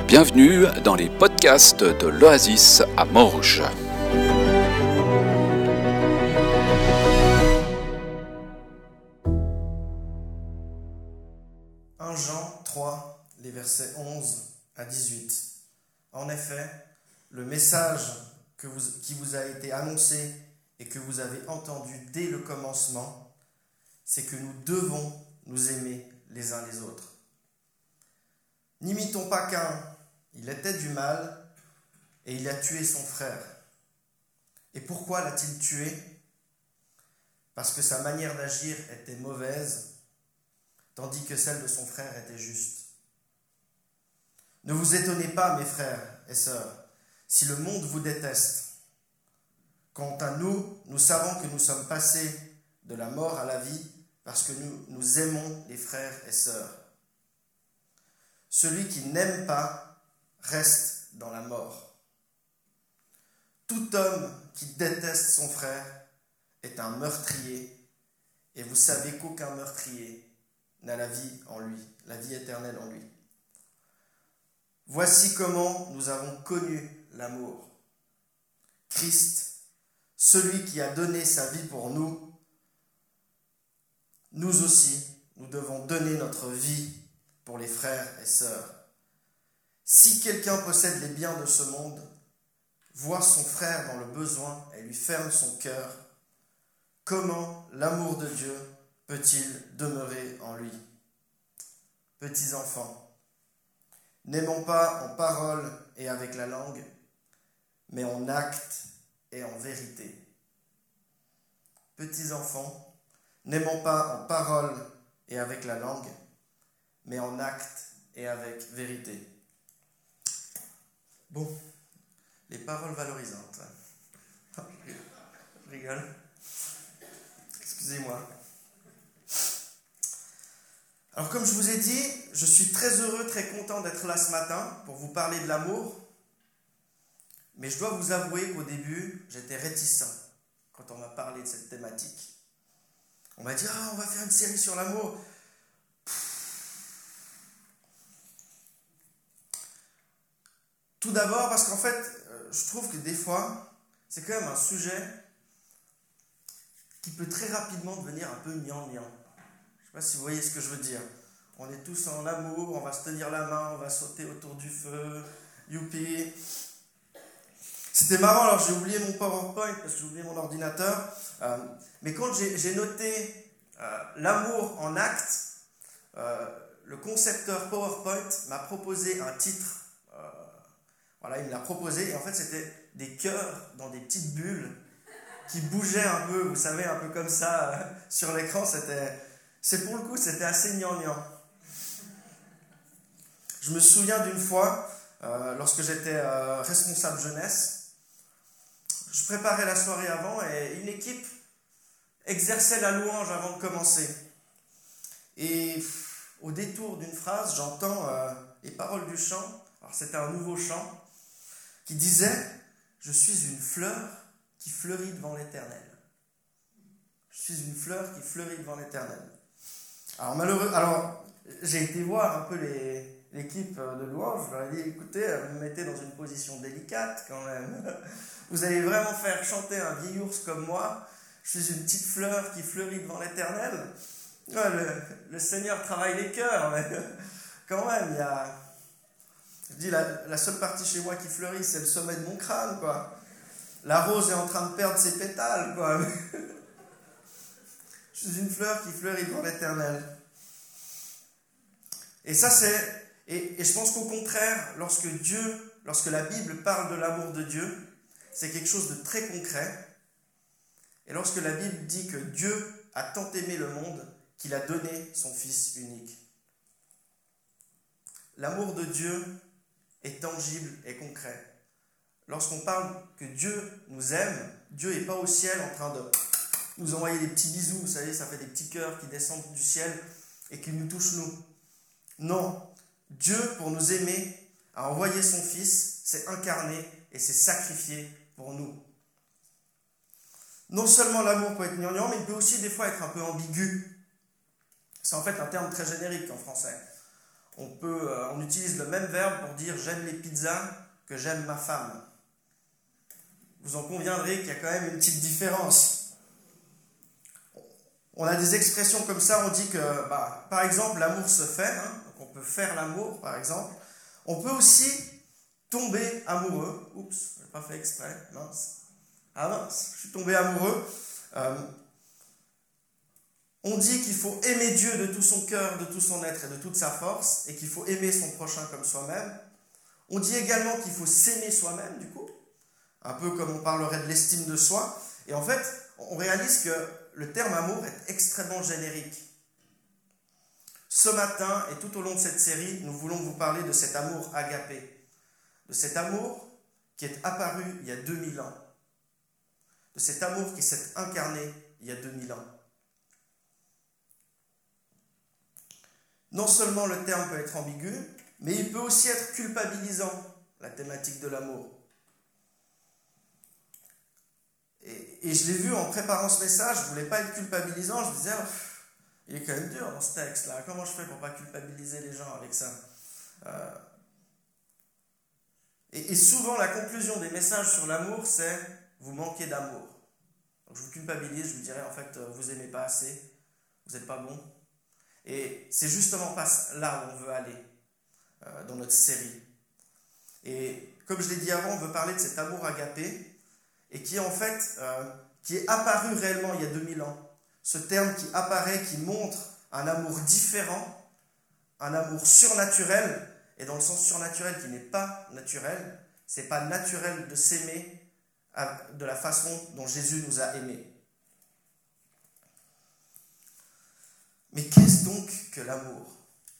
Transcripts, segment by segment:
Bienvenue dans les podcasts de l'Oasis à Morges. 1 Jean 3, les versets 11 à 18. En effet, le message qui vous a été annoncé et que vous avez entendu dès le commencement, c'est que nous devons nous aimer les uns les autres. N'imitons pas Caïn, il était du mal et il a tué son frère. Et pourquoi l'a-t-il tué ? Parce que sa manière d'agir était mauvaise, tandis que celle de son frère était juste. Ne vous étonnez pas, mes frères et sœurs, si le monde vous déteste. Quant à nous, nous savons que nous sommes passés de la mort à la vie parce que nous aimons les frères et sœurs. Celui qui n'aime pas reste dans la mort. Tout homme qui déteste son frère est un meurtrier, et vous savez qu'aucun meurtrier n'a la vie en lui, la vie éternelle en lui. Voici comment nous avons connu l'amour. Christ, celui qui a donné sa vie pour nous, nous aussi, nous devons donner notre vie pour les frères et sœurs. Si quelqu'un possède les biens de ce monde, voit son frère dans le besoin et lui ferme son cœur, comment l'amour de Dieu peut-il demeurer en lui ? Petits enfants, n'aimons pas en parole et avec la langue, mais en acte et en vérité. Petits enfants, n'aimons pas en parole et avec la langue, mais en acte et avec vérité. Bon, les paroles valorisantes. Je rigole. Excusez-moi. Alors comme je vous ai dit, je suis très heureux, très content d'être là ce matin pour vous parler de l'amour. Mais je dois vous avouer qu'au début, j'étais réticent quand on m'a parlé de cette thématique. On m'a dit « on va faire une série sur l'amour ». Tout d'abord parce qu'en fait, je trouve que des fois, c'est quand même un sujet qui peut très rapidement devenir un peu gnangnan. Je ne sais pas si vous voyez ce que je veux dire. On est tous en amour, on va se tenir la main, on va sauter autour du feu, youpi. C'était marrant, alors j'ai oublié mon PowerPoint parce que j'ai oublié mon ordinateur. Mais quand j'ai noté l'amour en acte, le concepteur PowerPoint m'a proposé un titre. Voilà, il me l'a proposé et en fait c'était des cœurs dans des petites bulles qui bougeaient un peu, vous savez, un peu comme ça sur l'écran. Pour le coup, c'était assez gnangnan. Je me souviens d'une fois, lorsque j'étais responsable jeunesse, je préparais la soirée avant et une équipe exerçait la louange avant de commencer. Et au détour d'une phrase, j'entends les paroles du chant. Alors c'était un nouveau chant qui disait « Je suis une fleur qui fleurit devant l'Éternel. » Je suis une fleur qui fleurit devant l'Éternel. Alors, j'ai été voir un peu l'équipe de louange. Je leur ai dit, écoutez, vous me mettez dans une position délicate quand même. Vous allez vraiment faire chanter un vieil ours comme moi. Je suis une petite fleur qui fleurit devant l'Éternel. Le Seigneur travaille les cœurs, mais quand même, il y a... Je dis, la seule partie chez moi qui fleurit, c'est le sommet de mon crâne, quoi. La rose est en train de perdre ses pétales, quoi. Je suis une fleur qui fleurit devant l'Éternel. Et ça, et je pense qu'au contraire, lorsque la Bible parle de l'amour de Dieu, c'est quelque chose de très concret. Et lorsque la Bible dit que Dieu a tant aimé le monde qu'il a donné son Fils unique. L'amour de Dieu est tangible et concret. Lorsqu'on parle que Dieu nous aime, Dieu n'est pas au ciel en train de nous envoyer des petits bisous, vous savez, ça fait des petits cœurs qui descendent du ciel et qui nous touchent nous. Non, Dieu, pour nous aimer, a envoyé son Fils, s'est incarné et s'est sacrifié pour nous. Non seulement l'amour peut être gnangnan, mais il peut aussi des fois être un peu ambigu. C'est en fait un terme très générique en français. On utilise le même verbe pour dire j'aime les pizzas que j'aime ma femme. Vous en conviendrez qu'il y a quand même une petite différence. On a des expressions comme ça, on dit que, par exemple, l'amour se fait, donc on peut faire l'amour, par exemple. On peut aussi tomber amoureux. Oups, je n'ai pas fait exprès, mince. Ah mince, je suis tombé amoureux. On dit qu'il faut aimer Dieu de tout son cœur, de tout son être et de toute sa force, et qu'il faut aimer son prochain comme soi-même. On dit également qu'il faut s'aimer soi-même, du coup, un peu comme on parlerait de l'estime de soi. Et en fait, on réalise que le terme amour est extrêmement générique. Ce matin, et tout au long de cette série, nous voulons vous parler de cet amour agapé, de cet amour qui est apparu il y a 2000 ans, de cet amour qui s'est incarné il y a 2000 ans. Non seulement le terme peut être ambigu, mais il peut aussi être culpabilisant, la thématique de l'amour. Et je l'ai vu en préparant ce message, je ne voulais pas être culpabilisant, je me disais, il est quand même dur dans ce texte-là, comment je fais pour ne pas culpabiliser les gens avec ça et souvent, la conclusion des messages sur l'amour, c'est « vous manquez d'amour ». Donc je vous culpabilise, je vous dirais, en fait, vous n'aimez pas assez, vous n'êtes pas bon. Et c'est justement pas là où on veut aller dans notre série. Et comme je l'ai dit avant, on veut parler de cet amour agapé, et qui est en fait, qui est apparu réellement il y a 2000 ans. Ce terme qui apparaît, qui montre un amour différent, un amour surnaturel, et dans le sens surnaturel qui n'est pas naturel, c'est pas naturel de s'aimer de la façon dont Jésus nous a aimés. Mais qu'est-ce donc que l'amour ?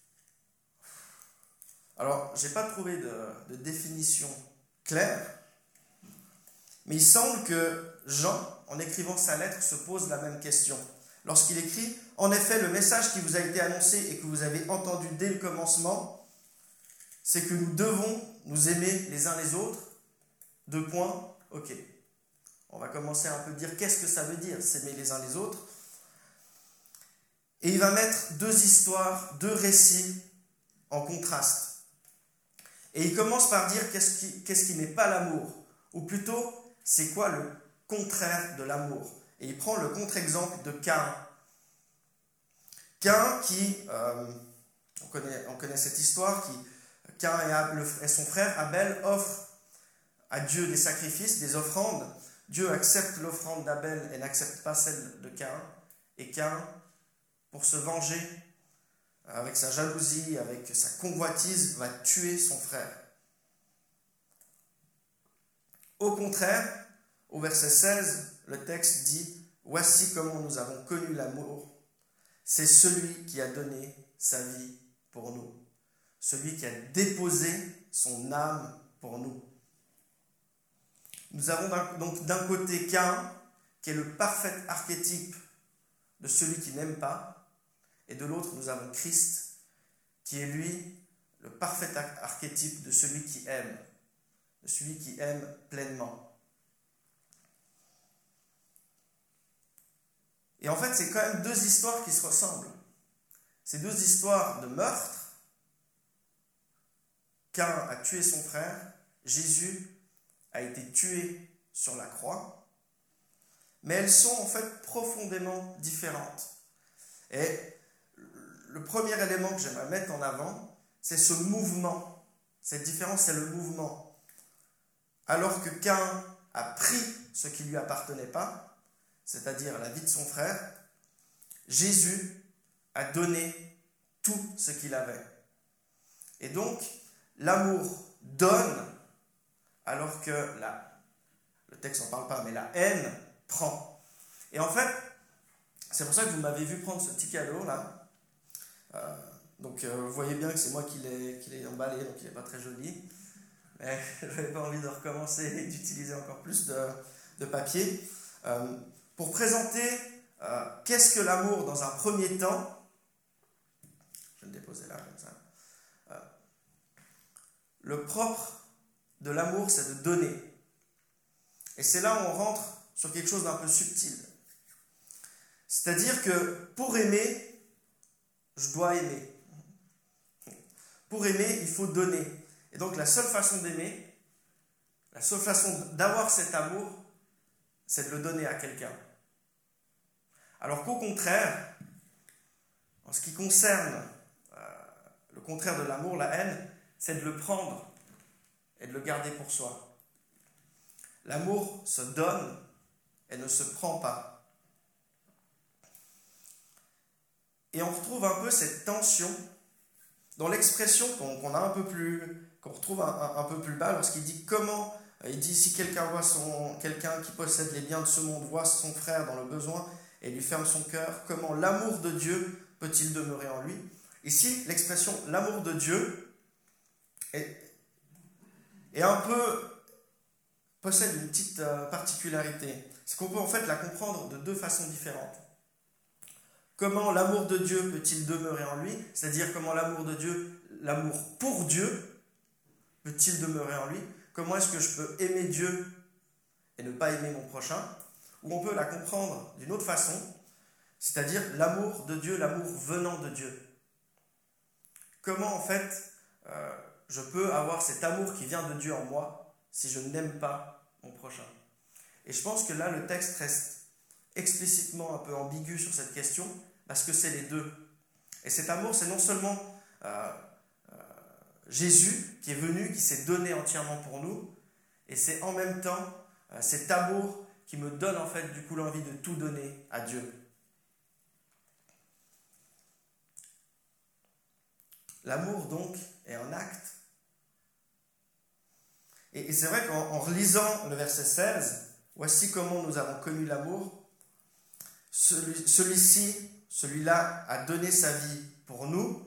Alors, je n'ai pas trouvé de définition claire, mais il semble que Jean, en écrivant sa lettre, se pose la même question. Lorsqu'il écrit « En effet, le message qui vous a été annoncé et que vous avez entendu dès le commencement, c'est que nous devons nous aimer les uns les autres. » Deux points, ok. On va commencer à un peu dire qu'est-ce que ça veut dire, s'aimer les uns les autres. Et il va mettre deux histoires, deux récits en contraste. Et il commence par dire qu'est-ce qui n'est pas l'amour, ou plutôt, c'est quoi le contraire de l'amour. Et il prend le contre-exemple de Caïn. Caïn qui, on connaît cette histoire, Caïn et son frère Abel offrent à Dieu des sacrifices, des offrandes. Dieu accepte l'offrande d'Abel et n'accepte pas celle de Caïn. Et Caïn, pour se venger, avec sa jalousie, avec sa convoitise, va tuer son frère. Au contraire, au verset 16, le texte dit « Voici comment nous avons connu l'amour. C'est celui qui a donné sa vie pour nous. Celui qui a déposé son âme pour nous. » Nous avons donc d'un côté Caïn, qui est le parfait archétype de celui qui n'aime pas, et de l'autre, nous avons Christ, qui est lui le parfait archétype de celui qui aime, de celui qui aime pleinement. Et en fait, c'est quand même deux histoires qui se ressemblent. C'est deux histoires de meurtre. Caïn a tué son frère, Jésus a été tué sur la croix, mais elles sont en fait profondément différentes. Et le premier élément que j'aimerais mettre en avant, c'est ce mouvement. Cette différence, c'est le mouvement. Alors que Caïn a pris ce qui ne lui appartenait pas, c'est-à-dire la vie de son frère, Jésus a donné tout ce qu'il avait. Et donc, l'amour donne, alors que le texte n'en parle pas, mais la haine prend. Et en fait, c'est pour ça que vous m'avez vu prendre ce petit cadeau là. Donc vous voyez bien que c'est moi qui l'ai emballé, donc il n'est pas très joli. Mais je n'avais pas envie de recommencer et d'utiliser encore plus de papier. Pour présenter qu'est-ce que l'amour dans un premier temps, je vais le déposer là comme ça. Le propre de l'amour, c'est de donner. Et c'est là où on rentre sur quelque chose d'un peu subtil. C'est-à-dire que pour aimer, je dois aimer. pour aimer, il faut donner. Et donc la seule façon d'aimer, la seule façon d'avoir cet amour, c'est de le donner à quelqu'un. Alors qu'au contraire, en ce qui concerne le contraire de l'amour, la haine, c'est de le prendre et de le garder pour soi. L'amour se donne et ne se prend pas. Et on retrouve un peu cette tension dans l'expression qu'on retrouve un peu plus bas lorsqu'il dit comment, il dit si quelqu'un qui possède les biens de ce monde voit son frère dans le besoin et lui ferme son cœur, comment l'amour de Dieu peut-il demeurer en lui? Ici, l'expression l'amour de Dieu possède une petite particularité. C'est qu'on peut en fait la comprendre de deux façons différentes. Comment l'amour de Dieu peut-il demeurer en lui? C'est-à-dire comment l'amour de Dieu, l'amour pour Dieu, peut-il demeurer en lui? Comment est-ce que je peux aimer Dieu et ne pas aimer mon prochain? Ou on peut la comprendre d'une autre façon, c'est-à-dire l'amour de Dieu, l'amour venant de Dieu. Comment en fait je peux avoir cet amour qui vient de Dieu en moi si je n'aime pas mon prochain? Et je pense que là le texte reste explicitement un peu ambigu sur cette question parce que c'est les deux. Et cet amour, c'est non seulement Jésus qui est venu, qui s'est donné entièrement pour nous, et c'est en même temps cet amour qui me donne en fait du coup l'envie de tout donner à Dieu. L'amour donc est un acte. Et c'est vrai qu'en relisant le verset 16, voici comment nous avons connu l'amour. Celui-là a donné sa vie pour nous.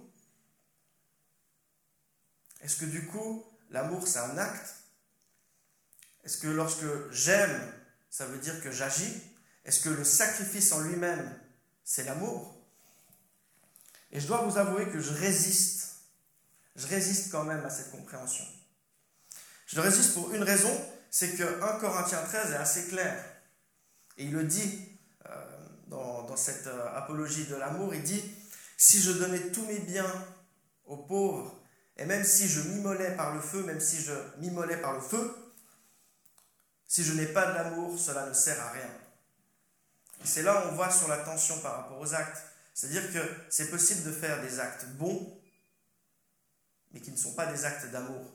Est-ce que du coup, l'amour c'est un acte? Est-ce que lorsque j'aime, ça veut dire que j'agis? Est-ce que le sacrifice en lui-même, c'est l'amour? Et je dois vous avouer que je résiste quand même à cette compréhension. Je résiste pour une raison, c'est que 1 Corinthiens 13 est assez clair. Et il le dit dans cette apologie de l'amour, il dit « Si je donnais tous mes biens aux pauvres, et même si je m'immolais par le feu, si je n'ai pas de l'amour, cela ne sert à rien. » Et c'est là où on voit sur la tension par rapport aux actes. C'est-à-dire que c'est possible de faire des actes bons, mais qui ne sont pas des actes d'amour.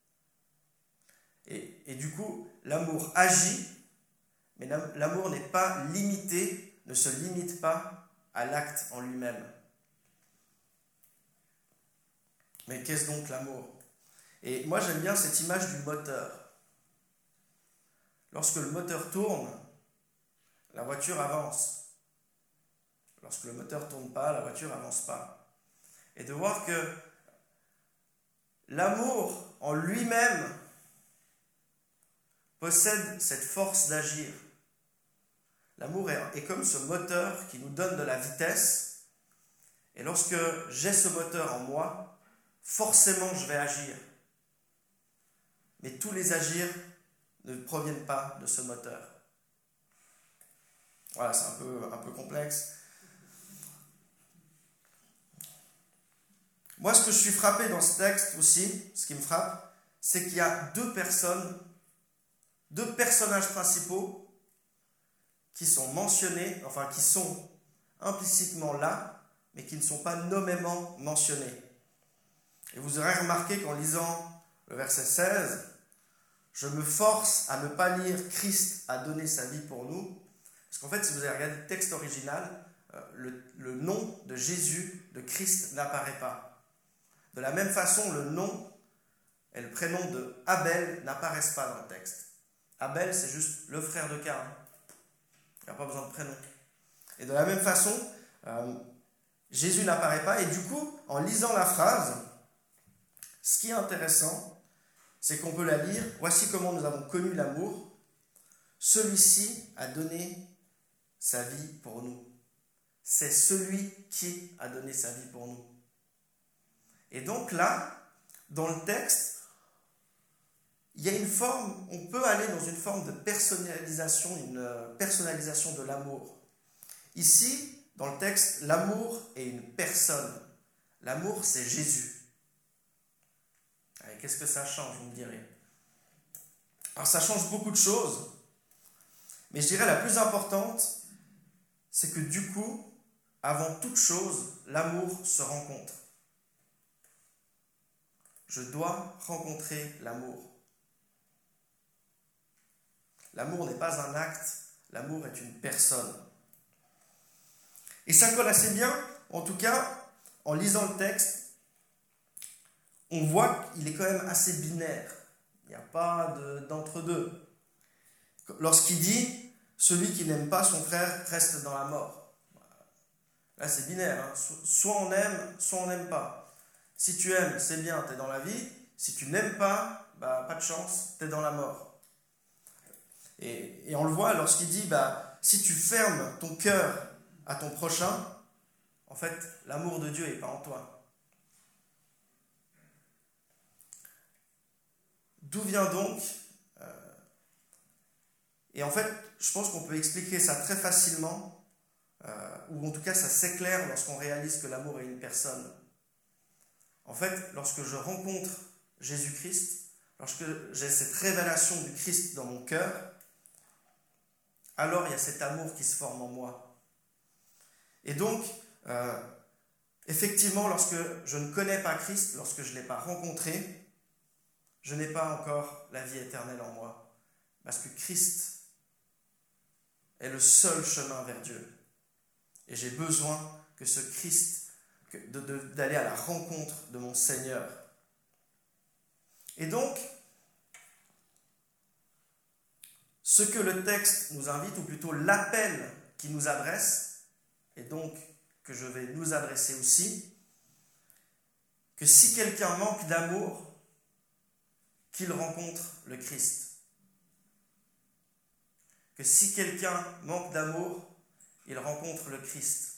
Et du coup, l'amour agit, mais l'amour n'est pas limité, ne se limite pas à l'acte en lui-même. Mais qu'est-ce donc l'amour? Et moi j'aime bien cette image du moteur. Lorsque le moteur tourne, la voiture avance. Lorsque le moteur ne tourne pas, la voiture n'avance pas. Et de voir que l'amour en lui-même possède cette force d'agir. L'amour est comme ce moteur qui nous donne de la vitesse. Et lorsque j'ai ce moteur en moi, forcément je vais agir. Mais tous les agirs ne proviennent pas de ce moteur. Voilà, c'est un peu complexe. Moi, ce que je suis frappé dans ce texte aussi, ce qui me frappe, c'est qu'il y a deux personnages principaux qui sont mentionnés, enfin qui sont implicitement là, mais qui ne sont pas nommément mentionnés. Et vous aurez remarqué qu'en lisant le verset 16, je me force à ne pas lire « Christ a donné sa vie pour nous », parce qu'en fait, si vous avez regardé le texte original, le nom de Jésus, de Christ, n'apparaît pas. De la même façon, le nom et le prénom de Abel n'apparaissent pas dans le texte. Abel, c'est juste le frère de Caïn. Il n'y a pas besoin de prénom. Et de la même façon, Jésus n'apparaît pas. Et du coup, en lisant la phrase, ce qui est intéressant, c'est qu'on peut la lire. Voici comment nous avons connu l'amour. Celui-ci a donné sa vie pour nous. C'est celui qui a donné sa vie pour nous. Et donc là, dans le texte, il y a une forme, on peut aller dans une forme de personnalisation, une personnalisation de l'amour. Ici, dans le texte, l'amour est une personne. L'amour, c'est Jésus. qu'est-ce que ça change, vous me direz? Alors ça change beaucoup de choses, mais je dirais la plus importante, c'est que du coup, avant toute chose, l'amour se rencontre. Je dois rencontrer l'amour. L'amour n'est pas un acte, l'amour est une personne. Et ça colle assez bien, en tout cas, en lisant le texte, on voit qu'il est quand même assez binaire. Il n'y a pas d'entre-deux. Lorsqu'il dit « Celui qui n'aime pas son frère reste dans la mort ». Là, c'est binaire. Hein. Soit on aime, soit on n'aime pas. Si tu aimes, c'est bien, tu es dans la vie. Si tu n'aimes pas, pas de chance, tu es dans la mort. Et on le voit lorsqu'il dit si tu fermes ton cœur à ton prochain, en fait, l'amour de Dieu n'est pas en toi. D'où vient donc et en fait, je pense qu'on peut expliquer ça très facilement, ou en tout cas ça s'éclaire lorsqu'on réalise que l'amour est une personne. En fait, lorsque je rencontre Jésus-Christ, lorsque j'ai cette révélation du Christ dans mon cœur, alors il y a cet amour qui se forme en moi. Et donc, effectivement, lorsque je ne connais pas Christ, lorsque je ne l'ai pas rencontré, je n'ai pas encore la vie éternelle en moi. Parce que Christ est le seul chemin vers Dieu. Et j'ai besoin que ce Christ, d'aller à la rencontre de mon Seigneur. Et donc, ce que le texte nous invite, ou plutôt l'appel qui nous adresse, et donc que je vais nous adresser aussi, que si quelqu'un manque d'amour, qu'il rencontre le Christ. Que si quelqu'un manque d'amour, il rencontre le Christ.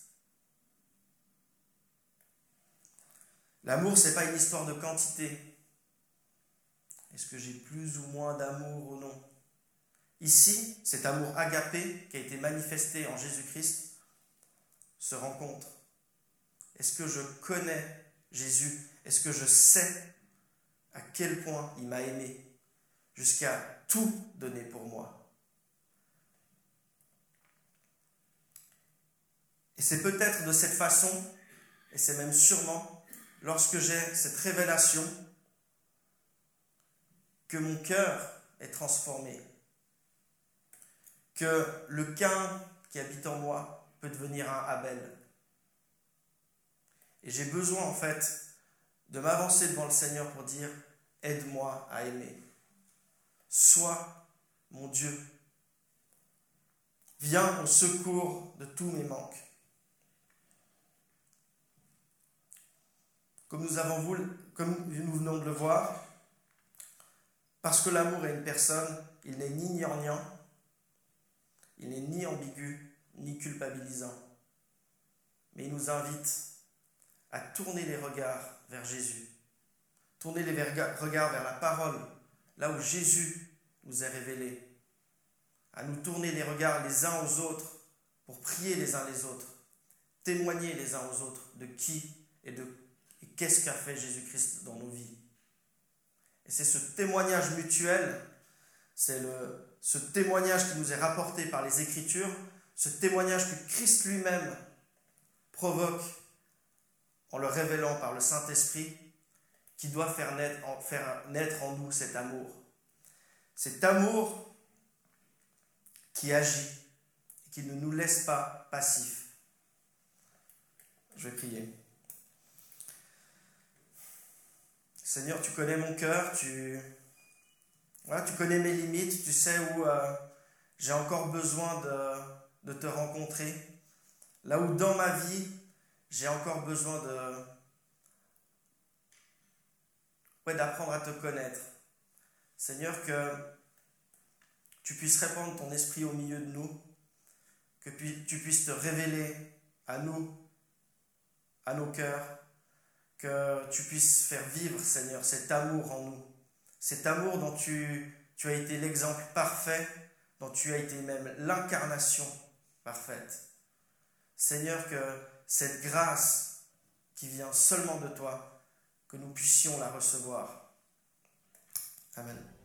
L'amour, ce n'est pas une histoire de quantité. Est-ce que j'ai plus ou moins d'amour ou non? Ici, cet amour agapé qui a été manifesté en Jésus-Christ se rencontre. Est-ce que je connais Jésus? Est-ce que je sais à quel point il m'a aimé jusqu'à tout donner pour moi? Et c'est peut-être de cette façon, et c'est même sûrement, lorsque j'ai cette révélation, que mon cœur est transformé, que le Caïn qui habite en moi peut devenir un Abel. Et j'ai besoin en fait de m'avancer devant le Seigneur pour dire « Aide-moi à aimer. Sois mon Dieu. Viens au secours de tous mes manques. » Comme nous venons de le voir, parce que l'amour est une personne, il n'est ni gnangnan, il n'est ni ambigu, ni culpabilisant. Mais il nous invite à tourner les regards vers Jésus, tourner les regards vers la parole, là où Jésus nous est révélé, à nous tourner les regards les uns aux autres pour prier les uns les autres, témoigner les uns aux autres de qui et qu'est-ce qu'a fait Jésus-Christ dans nos vies. Et c'est ce témoignage mutuel, c'est ce témoignage qui nous est rapporté par les Écritures, ce témoignage que Christ lui-même provoque en le révélant par le Saint-Esprit, qui doit faire naître en nous cet amour. Cet amour qui agit, qui ne nous laisse pas passifs. Je vais prier. Seigneur, tu connais mon cœur, tu connais mes limites, tu sais où j'ai encore besoin de te rencontrer. Là où dans ma vie, j'ai encore besoin d'apprendre à te connaître. Seigneur, que tu puisses répandre ton esprit au milieu de nous, que tu puisses te révéler à nous, à nos cœurs, que tu puisses faire vivre, Seigneur, cet amour en nous, cet amour dont tu as été l'exemple parfait, dont tu as été même l'incarnation parfaite. Seigneur, que cette grâce qui vient seulement de toi, que nous puissions la recevoir. Amen.